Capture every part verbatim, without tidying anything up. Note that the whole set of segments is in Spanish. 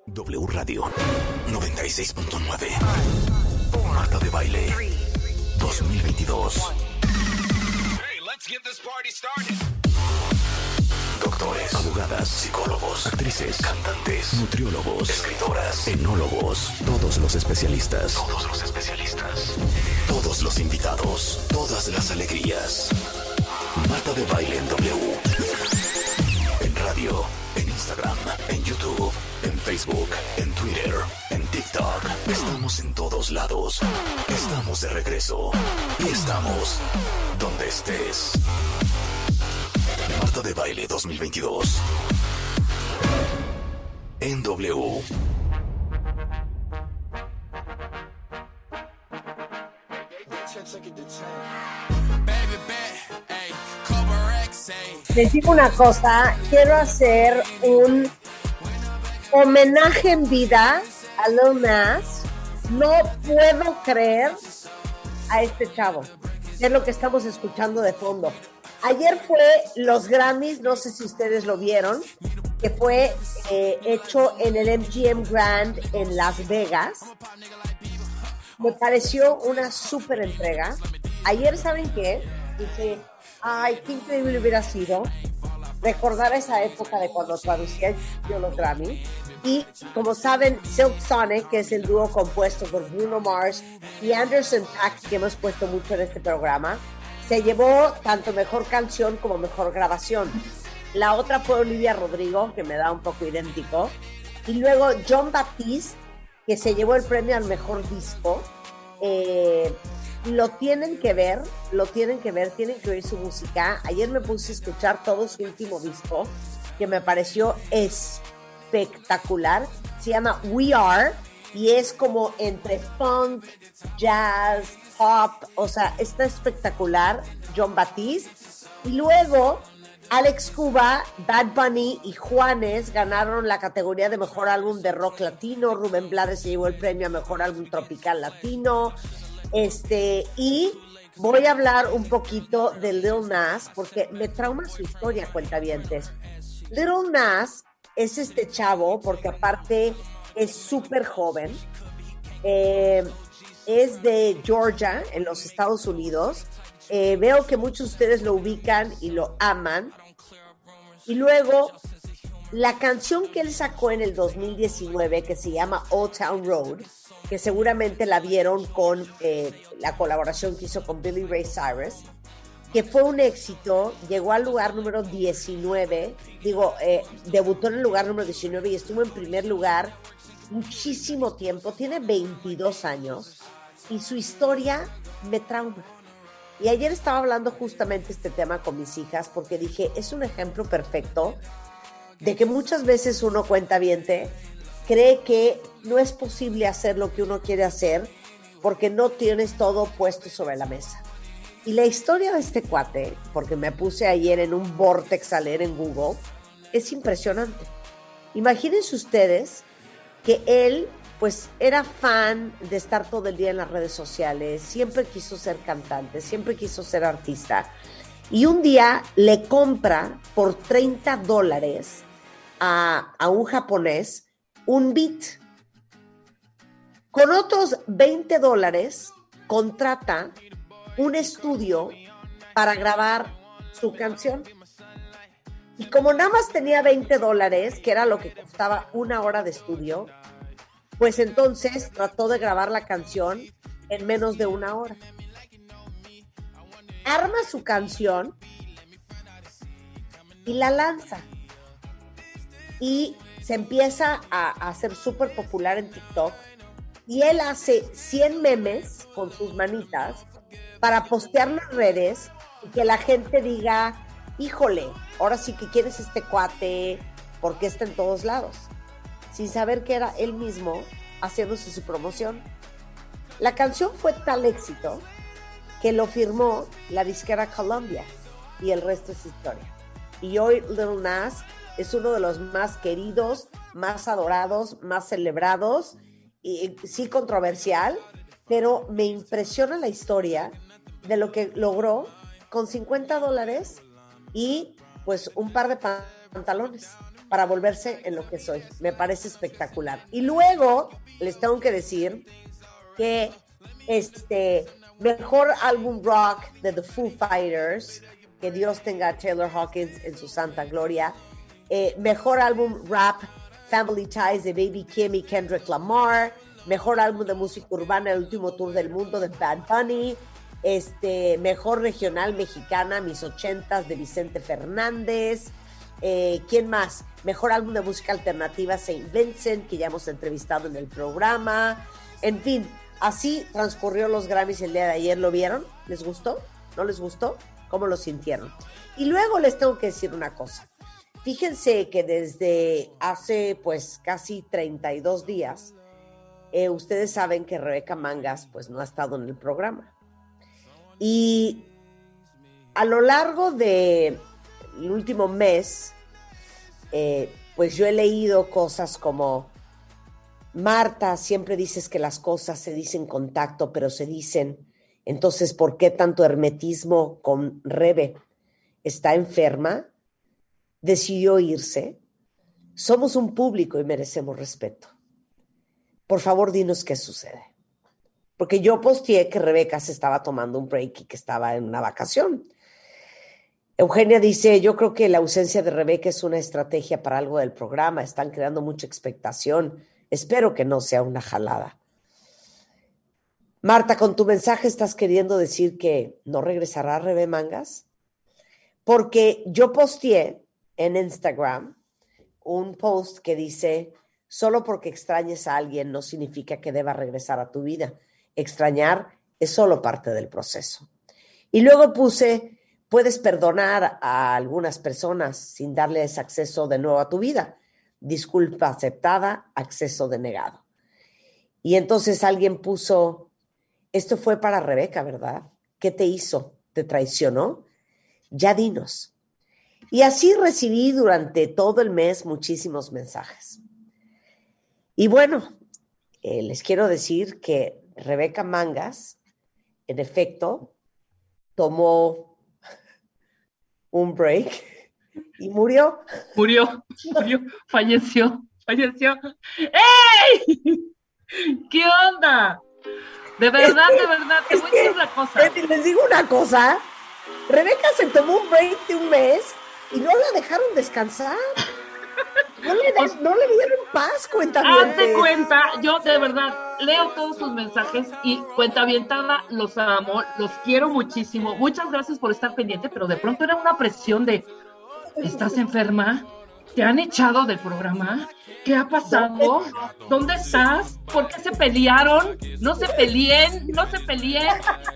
W Radio noventa y seis punto nueve. Marta de Baile dos mil veintidós. Hey, let's get this party started. Doctores, abogadas, psicólogos, actrices, cantantes, nutriólogos, escritoras, enólogos, todos los especialistas. Todos los especialistas. Todos los invitados, todas las alegrías. Marta de Baile en W. En radio, en Instagram, en YouTube, en Facebook, en Twitter, en TikTok. Estamos en todos lados. Estamos de regreso. Y estamos donde estés. Marta de Baile dos mil veintidós. En W. Les digo una cosa, quiero hacer un homenaje en vida a Lil Nas. No puedo creer a este chavo. Es lo que estamos escuchando de fondo. Ayer fue los Grammys, no sé si ustedes lo vieron, que fue eh, hecho en el M G M Grand en Las Vegas. Me pareció una súper entrega. Ayer, ¿saben qué? Dije, ay, qué increíble hubiera sido recordar esa época de cuando traducía yo los Grammy. Y como saben, Silk Sonic, que es el dúo compuesto por Bruno Mars y Anderson .Paak, que hemos puesto mucho en este programa, se llevó tanto mejor canción como mejor grabación. La otra fue Olivia Rodrigo, que me da un poco idéntico. Y luego Jon Batiste, que se llevó el premio al mejor disco. Eh, lo tienen que ver, lo tienen que ver, tienen que oír su música. Ayer me puse a escuchar todo su último disco, que me pareció espectacular. Se llama We Are, y es como entre funk, jazz, pop, o sea, está espectacular. Jon Batiste. Y luego Alex Cuba, Bad Bunny y Juanes ganaron la categoría de mejor álbum de rock latino. Rubén Blades se llevó el premio a mejor álbum tropical latino. Este, y voy a hablar un poquito de Lil Nas porque me trauma su historia, cuentavientes. Lil Nas es este chavo porque aparte es súper joven. Eh, es de Georgia, en los Estados Unidos. Eh, veo que muchos de ustedes lo ubican y lo aman. Y luego, la canción que él sacó en el dos mil diecinueve, que se llama Old Town Road, que seguramente la vieron con eh, la colaboración que hizo con Billy Ray Cyrus, que fue un éxito, llegó al lugar número diecinueve, digo, eh, debutó en el lugar número diecinueve y estuvo en primer lugar muchísimo tiempo, tiene veintidós años, y su historia me trauma. Y ayer estaba hablando justamente este tema con mis hijas porque dije, es un ejemplo perfecto de que muchas veces uno, cuentaviente, cree que no es posible hacer lo que uno quiere hacer porque no tienes todo puesto sobre la mesa. Y la historia de este cuate, porque me puse ayer en un vortex a leer en Google, es impresionante. Imagínense ustedes que él pues era fan de estar todo el día en las redes sociales, siempre quiso ser cantante, siempre quiso ser artista. Y un día le compra por treinta dólares a, a un japonés un beat. Con otros veinte dólares contrata un estudio para grabar su canción. Y como nada más tenía veinte dólares, que era lo que costaba una hora de estudio, pues entonces trató de grabar la canción en menos de una hora. Arma su canción y la lanza. Y se empieza a, a hacer súper popular en TikTok. Y él hace cien memes con sus manitas para postearlo en redes y que la gente diga, híjole, ahora sí que quién es este cuate, porque está en todos lados, sin saber que era él mismo haciéndose su promoción. La canción fue tal éxito que lo firmó la disquera Columbia y el resto es historia. Y hoy Lil Nas es uno de los más queridos, más adorados, más celebrados, y sí controversial, pero me impresiona la historia de lo que logró con cincuenta dólares y pues un par de pantalones. para volverse en lo que soy. Me parece espectacular. Y luego les tengo que decir que este mejor álbum rock de The Foo Fighters, que Dios tenga a Taylor Hawkins en su santa gloria. Eh, mejor álbum rap, Family Ties de Baby Kim y Kendrick Lamar. Mejor álbum de música urbana, El Último Tour del Mundo de Bad Bunny. Este, mejor regional mexicana, Mis Ochentas de Vicente Fernández. Eh, ¿Quién más? Mejor álbum de música alternativa, Saint Vincent, que ya hemos entrevistado en el programa. En fin, así transcurrió los Grammys el día de ayer. ¿Lo vieron? ¿Les gustó? ¿No les gustó? ¿Cómo lo sintieron? Y luego les tengo que decir una cosa. Fíjense que desde hace pues casi treinta y dos días, eh, ustedes saben que Rebeca Mangas pues no ha estado en el programa. Y a lo largo del último mes, eh, pues yo he leído cosas como: Marta, siempre dices que las cosas se dicen con tacto, pero se dicen. Entonces, ¿por qué tanto hermetismo con Rebe? ¿Está enferma? ¿Decidió irse? Somos un público y merecemos respeto. Por favor, dinos qué sucede. Porque yo posteé que Rebeca se estaba tomando un break y que estaba en una vacación. Eugenia dice: yo creo que la ausencia de Rebeca es una estrategia para algo del programa. Están creando mucha expectación. Espero que no sea una jalada. Marta, con tu mensaje estás queriendo decir que no regresará Rebe Mangas, porque yo posteé en Instagram un post que dice: solo porque extrañes a alguien no significa que deba regresar a tu vida. Extrañar es solo parte del proceso. Y luego puse: puedes perdonar a algunas personas sin darles acceso de nuevo a tu vida. Disculpa aceptada, acceso denegado. Y entonces alguien puso: esto fue para Rebeca, ¿verdad? ¿Qué te hizo? ¿Te traicionó? Ya dinos. Y así recibí durante todo el mes muchísimos mensajes. Y bueno, eh, les quiero decir que Rebeca Mangas, en efecto, tomó un break y murió. Murió, murió, falleció, falleció. ¡Ey! ¿Qué onda? De verdad, de verdad, te voy a decir una cosa. Les digo una cosa. Rebeca se tomó un break de un mes y no la dejaron descansar. No le, de, no le dieron paz, cuentavientes. Hazte cuenta, yo de verdad leo todos sus mensajes y cuentavientada, los amo, los quiero muchísimo. Muchas gracias por estar pendiente, pero de pronto era una presión de: ¿estás enferma? ¿Te han echado del programa? ¿Qué ha pasado? ¿Dónde estás? ¿Por qué se pelearon? No se peleen, no se peleen.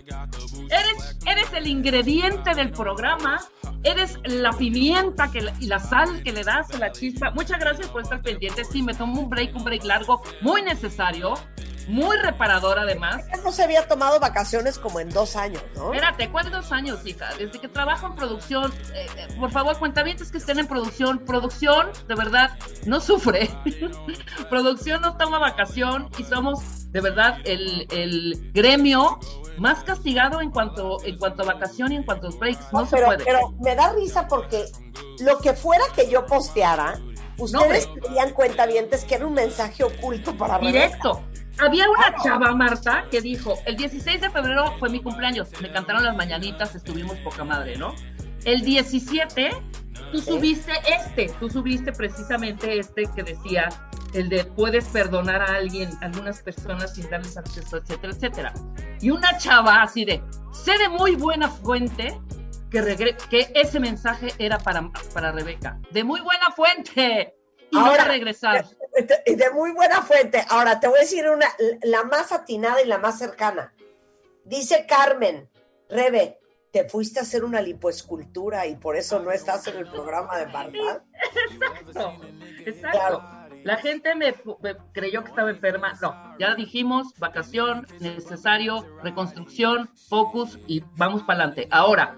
Eres, eres el ingrediente del programa, eres la pimienta que, y la sal que le das a la chispa. Muchas gracias por estar pendiente. Sí, me tomo un break, un break largo, muy necesario, muy reparador además. No se había tomado vacaciones como en dos años, ¿no? Espérate, ¿cuántos dos años, hija? Desde que trabajo en producción, eh, eh, por favor, cuentavientes que estén en producción. Producción, de verdad, no sufre. Producción no toma vacación y somos, de verdad, el, el gremio más castigado en cuanto, en cuanto a vacación y en cuanto a breaks. No, no se pero, puede. Pero me da risa porque lo que fuera que yo posteara, ustedes no, querían cuentavientes que era un mensaje oculto para directo. Rebeca. Había una chava, Marta, que dijo: el dieciséis de febrero fue mi cumpleaños, me cantaron las mañanitas, estuvimos poca madre, ¿no? El diecisiete, tú ¿Sí? subiste este, tú subiste precisamente este que decía, el de puedes perdonar a alguien, a algunas personas sin darles acceso, etcétera, etcétera. Y una chava así de: sé de muy buena fuente que, regre- que ese mensaje era para, para Rebeca. De muy buena fuente. Y ahora, no va a regresar. De, de muy buena fuente. Ahora, te voy a decir una, la más atinada y la más cercana. Dice Carmen: Rebe, te fuiste a hacer una lipoescultura y por eso no estás en el programa de Marta. Exacto, exacto. Claro. La gente me, me creyó que estaba enferma. No, ya dijimos, vacación, necesario, reconstrucción, focus y vamos para adelante. Ahora,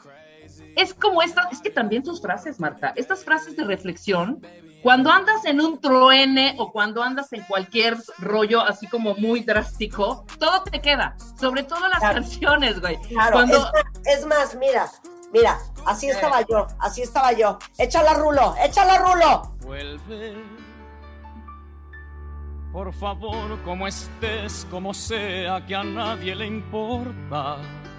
es como esta, es que también tus frases, Marta, estas frases de reflexión, cuando andas en un truene o cuando andas en cualquier rollo así como muy drástico, todo te queda, sobre todo las claro. canciones, güey. Claro, cuando... es, más, es más, mira, Mira, así estaba yo, así estaba yo. Échala, Rulo, échala, Rulo. Vuelve, por favor, como estés, como sea, que a nadie le importa.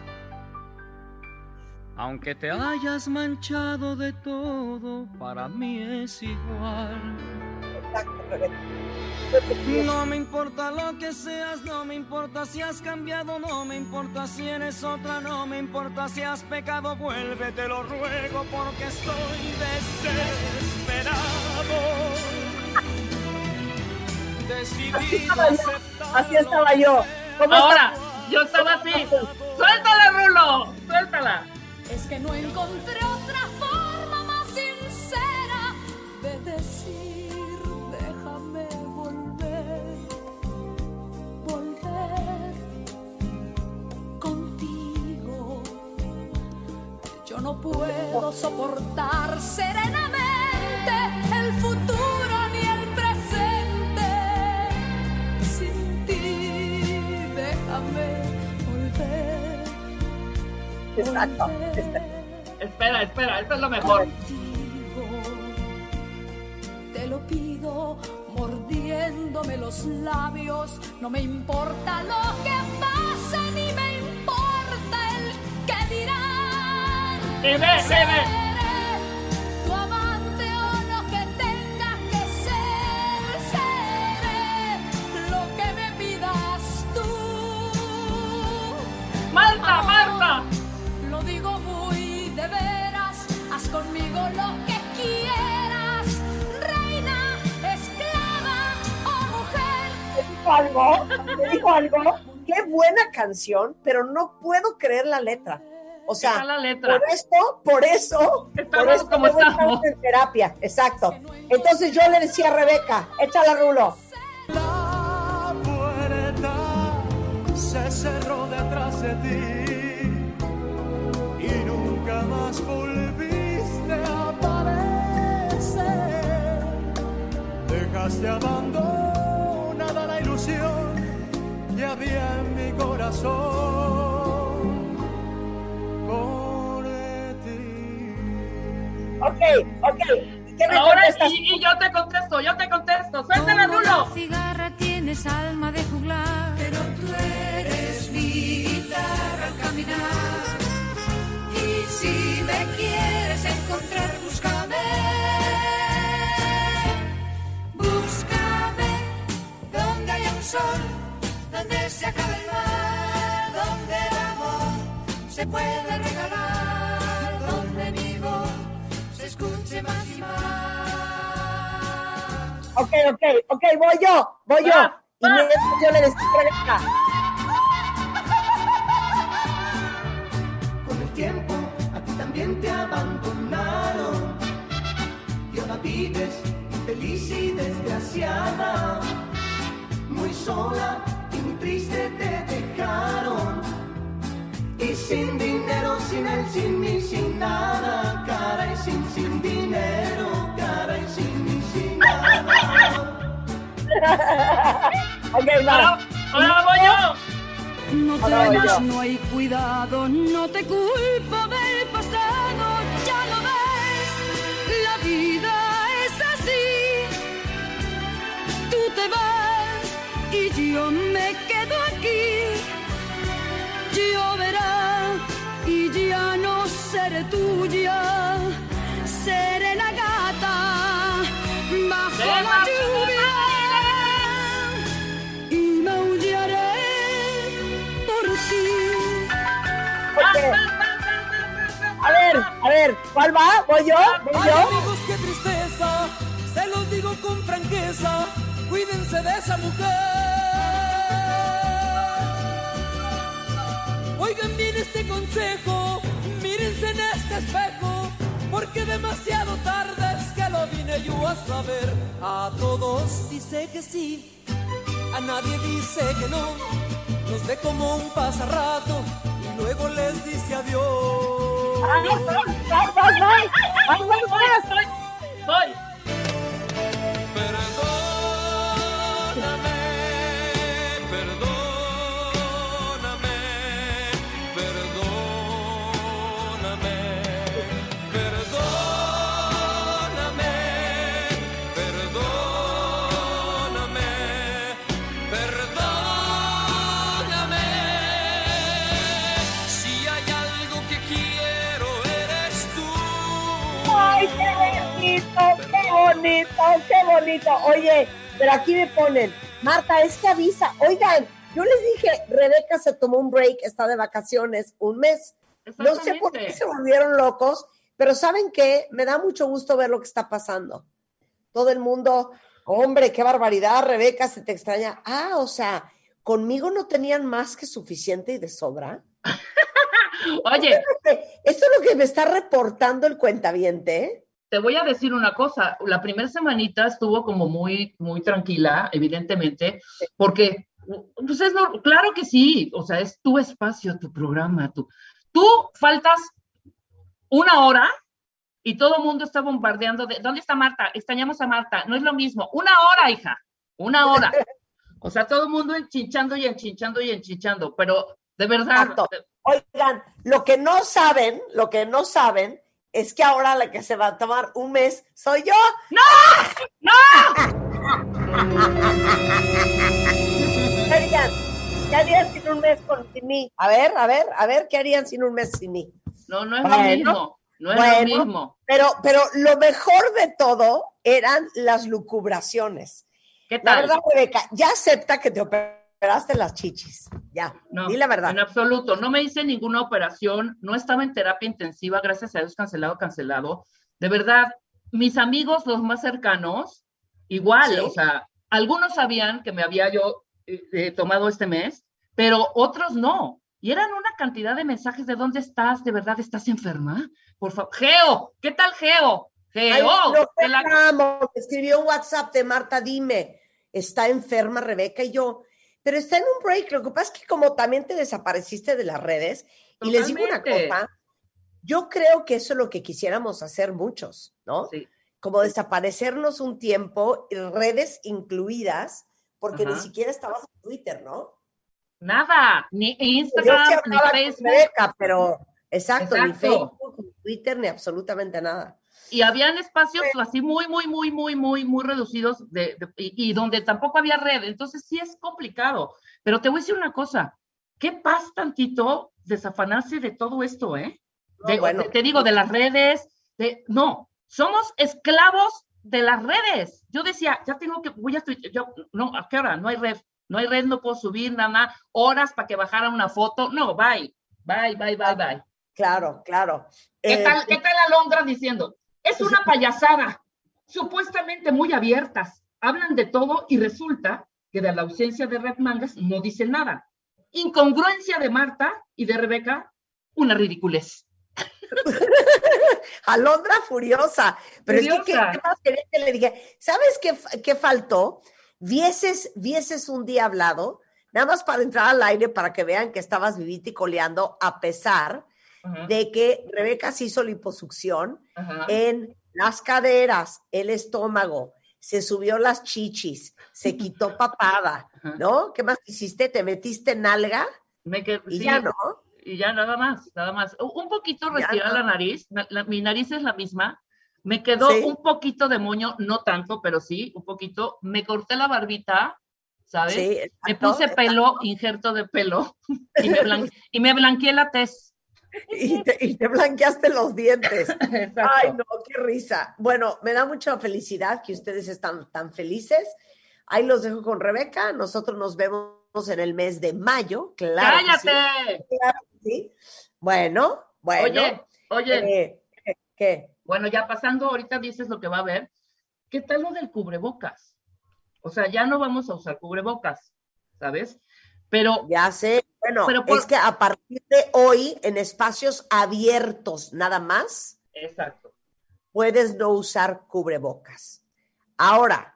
Aunque te hayas manchado de todo, para mí es igual. No me importa lo que seas, no me importa si has cambiado, no me importa si eres otra, no me importa si has pecado, vuelve, te lo ruego, porque estoy desesperado. Decidido a aceptar. Así estaba yo. ¿Cómo Ahora, está? yo estaba así. ¡Suéltala, Rulo! ¡Suéltala! Es que no encontré otra forma más sincera de decir, déjame volver, volver contigo. Yo no puedo soportar serenamente el futuro ni el presente. Sin ti, déjame volver. Exacto. Espera, espera, esto es lo mejor. Te lo pido, mordiéndome los labios. No me importa lo que pase, ni me importa el que dirán. ¡Ve, ve, ve! Seré tu amante o lo que tenga que ser. Seré lo que me pidas tú. ¡Marta, Marta! Lo digo muy de veras, haz conmigo lo que quieras, reina, esclava o mujer. ¿Te digo algo? ¿Te digo algo? Qué buena canción, pero no puedo creer la letra. O sea, Está la letra. por esto, por eso, Estamos por eso como luego estamos. en terapia, exacto. Entonces yo le decía a Rebeca, échala, Rulo. La puerta se cerró detrás de ti y nunca más volviste a aparecer. Dejaste abandonada la ilusión que había en mi corazón por ti. Ok, ok. ¿Qué me Ahora contestas? y, y yo te contesto, yo te contesto. ¡Suéltala, Rulo! Cigarra tienes alma de juglar, pero tú eres mi guitarra al caminar. Y si me quieres encontrar, búscame, búscame donde haya un sol, donde se acabe el mar, donde el amor se puede regalar, donde mi voz se escuche más y más. Ok, ok, ok, voy yo, voy yo. Va, Y va. mientras yo le decía a Rebeca. Con el tiempo a ti también te abandonaron y ahora vives infeliz y desgraciada, muy sola y muy triste te dejaron, y sin dinero, sin él, sin mí, sin nada, cara y sin, sin dinero, cara y sin mí, sin nada. Ok, Ahora, va. ahora voy yo. No Ahora voy yo. temas, no hay cuidado, no te culpo del pasado, ya lo ves, la vida es así. Tú te vas y yo me quedo aquí. Lloverá y ya no seré tuya, seré la gata bajo Ven, la Marta, lluvia y maullaré por ti. Ok. A ver, a ver, ¿cuál va? ¿Voy yo? ¿Voy Ay, yo? amigos, qué tristeza, se los digo con franqueza, cuídense de esa mujer. Oigan bien este consejo, mírense en este espejo, porque demasiado tarde es que lo vine yo a saber. A todos dice que sí, a nadie dice que no, los ve como un pasarrato y luego les dice adiós. ¡Ay, vas, vas, vas, vas! ¡Vas, vas, vas! Voy, voy. Perdóname, perdóname, perdóname. bonito, qué bonito. Oye, pero aquí me ponen, Marta, es que avisa. Oigan, yo les dije, Rebeca se tomó un break, está de vacaciones un mes. No sé por qué se volvieron locos, pero ¿saben qué? Me da mucho gusto ver lo que está pasando. Todo el mundo, hombre, qué barbaridad, Rebeca, se te extraña. Ah, o sea, ¿conmigo no tenían más que suficiente y de sobra? Oye. Esto es, que, esto es lo que me está reportando el cuentaviente, ¿eh? Te voy a decir una cosa, la primera semanita estuvo como muy, muy tranquila, evidentemente, porque, pues es no, claro que sí, o sea, es tu espacio, tu programa, tu, tú faltas una hora y todo el mundo está bombardeando de, ¿dónde está Marta? Extrañamos a Marta, no es lo mismo, una hora, hija, una hora, o sea, todo el mundo enchinchando y enchinchando y enchinchando, pero de verdad. Exacto. Oigan, lo que no saben, lo que no saben, es que ahora la que se va a tomar un mes soy yo. ¡No! ¡No! ¿Qué harían? ¿Qué harían sin un mes con, sin mí? A ver, a ver, a ver, ¿qué harían sin un mes sin mí? No, no es bueno, lo mismo. No es bueno, lo mismo. Pero, pero lo mejor de todo eran las lucubraciones. ¿Qué tal? La verdad, Rebeca, ya acepta que te operaste las chichis. Ya, no, di la verdad. En absoluto, no me hice ninguna operación, no estaba en terapia intensiva, gracias a Dios, cancelado, cancelado. De verdad, mis amigos, los más cercanos, igual, ¿sí? O sea, algunos sabían que me había yo eh, eh, tomado este mes, pero otros no. Y eran una cantidad de mensajes de ¿dónde estás? ¿De verdad estás enferma? Por favor, Geo, ¿qué tal Geo? Geo. Ay, lo que la... amo. Escribió un WhatsApp de Marta, dime, ¿está enferma Rebeca? Y yo... Pero está en un break. Lo que pasa es que como también te desapareciste de las redes, Totalmente. Y les digo una cosa, yo creo que eso es lo que quisiéramos hacer muchos, ¿no? Sí. Como desaparecernos un tiempo, redes incluidas, porque Ajá. ni siquiera estabas en Twitter, ¿no? Nada, ni Instagram, ni Facebook. Rebeca, pero exacto, Exacto, ni Facebook, ni Twitter, ni absolutamente nada. Y habían espacios así muy, muy, muy, muy, muy, muy reducidos de, de, y, y donde tampoco había red. Entonces sí es complicado. Pero te voy a decir una cosa. ¿Qué pasa tantito desafanarse de todo esto, eh? De, no, bueno. de, te digo, de las redes. De, no, somos esclavos de las redes. Yo decía, ya tengo que, voy a Twitter. Yo, no, ¿a qué hora? No hay red. No hay red, no puedo subir nada. Horas para que bajara una foto. No, bye. Bye, bye, bye, bye. Claro, claro. ¿Qué, eh, tal, ¿Qué tal Alondra diciendo? Es una payasada, supuestamente muy abiertas, hablan de todo y resulta que de la ausencia de Red Mangas no dicen nada. Incongruencia de Marta y de Rebeca, una ridiculez. Alondra furiosa, pero furiosa. Es que ¿qué, qué más quería que le dije? ¿Sabes qué, qué faltó? Vieses, vieses un día hablado, nada más para entrar al aire para que vean que estabas vivita y coleando a pesar Uh-huh. de que Rebeca se hizo liposucción uh-huh. en las caderas, el estómago, se subió las chichis, se quitó papada, uh-huh. ¿no? ¿Qué más hiciste? ¿Te metiste nalga? Me qued... Y sí, ya no. Y ya nada más, nada más. Un poquito respirar no. la nariz, la, la, mi nariz es la misma, me quedó ¿sí? un poquito de moño, no tanto, pero sí, un poquito. Me corté la barbita, ¿sabes? Sí, exacto, me puse pelo, exacto. injerto de pelo, y me, blan... y me blanqueé la tez. Y te, y te blanqueaste los dientes. Exacto. Ay, no, qué risa. Bueno, me da mucha felicidad que ustedes están tan felices. Ahí los dejo con Rebeca. Nosotros nos vemos en el mes de mayo. Claro. ¡Cállate! Sí. Claro que sí. Bueno, bueno. Oye, oye. Eh, ¿qué, ¿Qué? Bueno, ya pasando, ahorita dices lo que va a haber. ¿Qué tal lo del cubrebocas? O sea, ya no vamos a usar cubrebocas, ¿sabes? Pero... Ya sé. Bueno, pero por... es que a partir de hoy, en espacios abiertos nada más, exacto, puedes no usar cubrebocas. Ahora,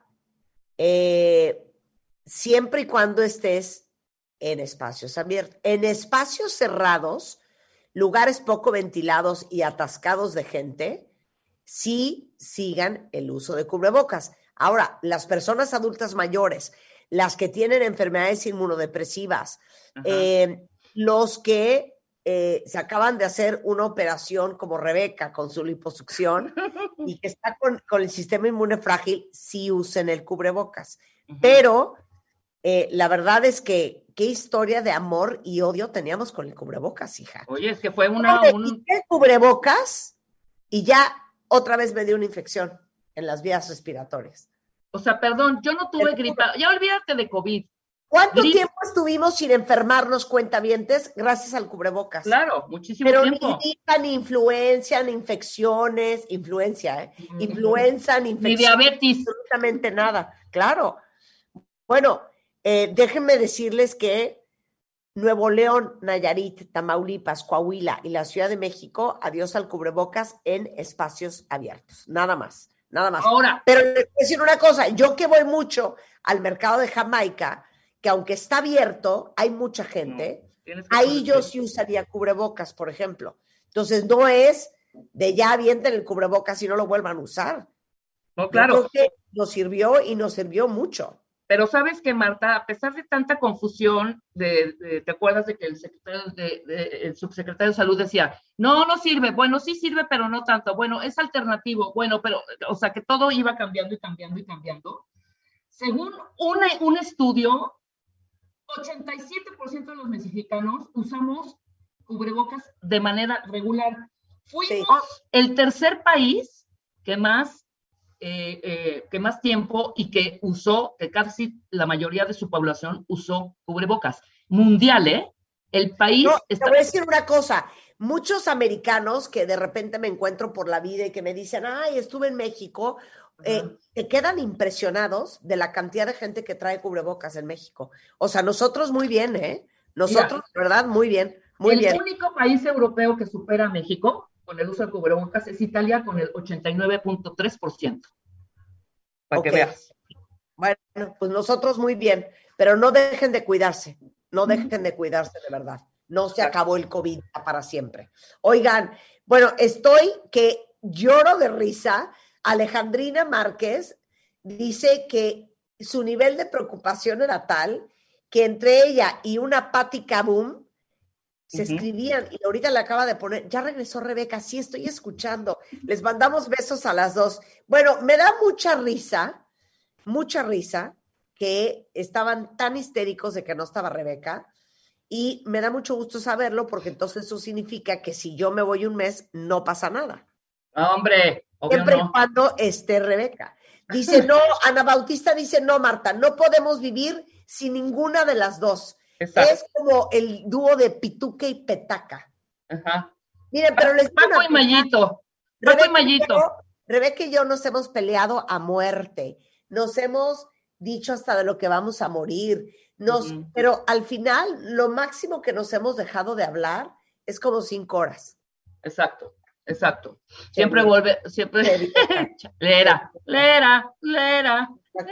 eh, siempre y cuando estés en espacios abiertos. En espacios cerrados, lugares poco ventilados y atascados de gente, sí sigan el uso de cubrebocas. Ahora, las personas adultas mayores, las que tienen enfermedades inmunodepresivas, eh, los que eh, se acaban de hacer una operación como Rebeca con su liposucción y que está con, con el sistema inmune frágil, sí usen el cubrebocas. Uh-huh. Pero eh, la verdad es que qué historia de amor y odio teníamos con el cubrebocas, hija. Oye, es que fue una... Me un... quité el cubrebocas y ya otra vez me dio una infección. en las vías respiratorias. O sea, perdón, yo no tuve gripa. Ya olvídate de COVID. ¿Cuánto Grip- tiempo estuvimos sin enfermarnos, cuentavientes, gracias al cubrebocas? Claro, muchísimo Pero tiempo. ni gripa, ni influencia, ni infecciones, influencia, ¿eh? Ujú. Influenza, ni Ni infección, diabetes. absolutamente nada. Claro. Bueno, eh, déjenme decirles que Nuevo León, Nayarit, Tamaulipas, Coahuila y la Ciudad de México, adiós al cubrebocas en espacios abiertos. Nada más, nada más. Ahora, Pero les voy a decir una cosa, yo que voy mucho al mercado de Jamaica, que aunque está abierto, hay mucha gente, tienes que ahí yo ponerte- sí usaría cubrebocas, por ejemplo. Entonces no es de ya avienten el cubrebocas y no lo vuelvan a usar. No, Yo claro. creo que nos sirvió y nos sirvió mucho. Pero sabes que, Marta, a pesar de tanta confusión, de, de- ¿te acuerdas de que el secretario de, de- el subsecretario de Salud decía, no, no sirve, bueno, sí sirve, pero no tanto, bueno, es alternativo, bueno, pero, o sea, que todo iba cambiando y cambiando y cambiando. Según una, un estudio, ochenta y siete por ciento de los mexicanos usamos cubrebocas de manera regular. Fuimos el tercer país que más Eh, eh, que más tiempo y que usó, que casi la mayoría de su población usó cubrebocas. Mundial, ¿eh? El país No, está... Te voy a decir una cosa. Muchos americanos que de repente me encuentro por la vida y que me dicen, ay, estuve en México, eh, te quedan impresionados de la cantidad de gente que trae cubrebocas en México. O sea, nosotros muy bien, ¿eh? Nosotros, Mira, ¿verdad? Muy bien, muy el bien. único país europeo que supera a México con el uso de cubrebocas es Italia con el ochenta y nueve punto tres por ciento. Para Ok. que veas. Bueno, pues nosotros muy bien, pero no dejen de cuidarse, no dejen de cuidarse de verdad. No se acabó el COVID para siempre. Oigan, bueno, estoy que lloro de risa. Alejandrina Márquez dice que su nivel de preocupación era tal que entre ella y una Patti Kaboom se Ujú. escribían y ahorita le acaba de poner, ya regresó Rebeca, sí estoy escuchando, les mandamos besos a las dos. Bueno, me da mucha risa, mucha risa que estaban tan histéricos de que no estaba Rebeca y me da mucho gusto saberlo porque entonces eso significa que si yo me voy un mes no pasa nada. Ah, hombre, obvio Siempre y no. cuando esté Rebeca. Dice, no, Ana Bautista dice, no, Marta, no podemos vivir sin ninguna de las dos. Exacto. Es como el dúo de Pituca y Petaca. Ajá. Miren, pero les digo Paco una y cosa, Mayito. Paco y Rebeca y Mayito. yo- Rebeca y yo nos hemos peleado a muerte. Nos hemos dicho hasta de lo que vamos a morir. Nos, Ujú. Pero al final, lo máximo que nos hemos dejado de hablar es como cinco horas. Exacto, exacto. Siempre bien. vuelve, siempre. Lera, lera, lera.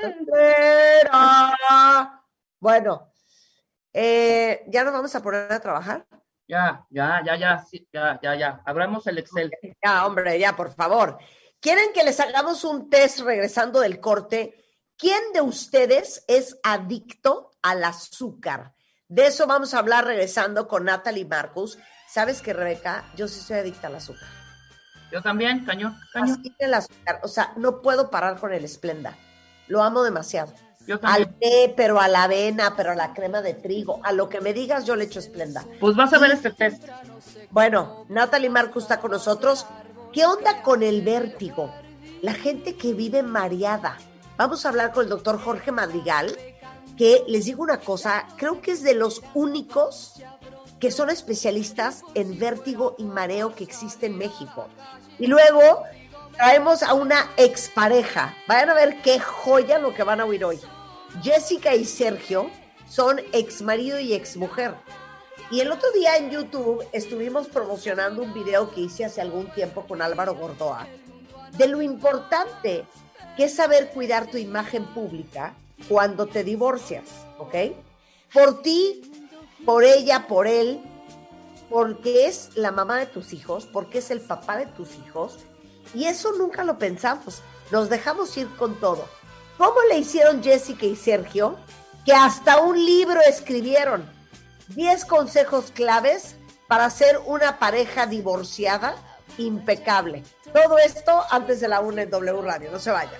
Pero, bueno, eh, ¿ya nos vamos a poner a trabajar? Ya, ya, ya, ya, sí, ya, ya, ya. Abramos el Excel. Ya, hombre, ya, por favor. ¿Quieren que les hagamos un test regresando del corte? ¿Quién de ustedes es adicto al azúcar? De eso vamos a hablar regresando con Natalie Marcus. ¿Sabes qué, Rebeca? Yo sí soy adicta al azúcar. Yo también, cañón, cañón. Así el azúcar. O sea, no puedo parar con el Splenda. Lo amo demasiado. Yo también. Al té, pero a la avena, pero a la crema de trigo. A lo que me digas, yo le echo Splenda. Pues vas a ver este test. Bueno, Natalie Marcus está con nosotros. ¿Qué onda con el vértigo? La gente que vive mareada. Vamos a hablar con el doctor Jorge Madrigal, que les digo una cosa, creo que es de los únicos que son especialistas en vértigo y mareo que existe en México. Y luego traemos a una expareja. Vayan a ver qué joya lo que van a oír hoy. Jessica y Sergio son exmarido y exmujer. Y el otro día en YouTube estuvimos promocionando un video que hice hace algún tiempo con Álvaro Gordoa de lo importante que es saber cuidar tu imagen pública cuando te divorcias, ¿ok? Por ti, por ella, por él, porque es la mamá de tus hijos, porque es el papá de tus hijos, y eso nunca lo pensamos, nos dejamos ir con todo. ¿Cómo le hicieron Jessica y Sergio? Que hasta un libro escribieron, diez consejos claves para ser una pareja divorciada impecable. Todo esto antes de la una en W Radio, no se vayan.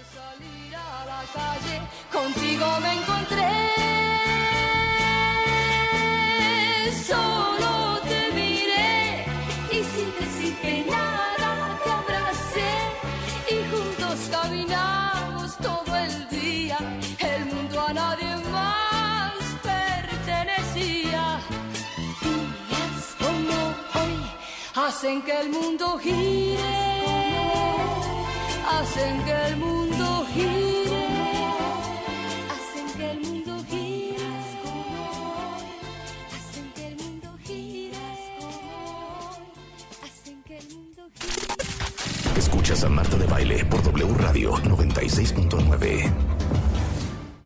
Contigo me encontré, solo te miré y sin decirte nada te abracé y juntos nos caminamos todo el día, el mundo a nadie más pertenecía. Días como hoy hacen que el mundo gire, hacen que el mundo gire, hacen que el mundo gire, hacen que el mundo gire, hacen que el mundo gire. Escuchas a Marta de Baile por W Radio noventa y seis punto nueve.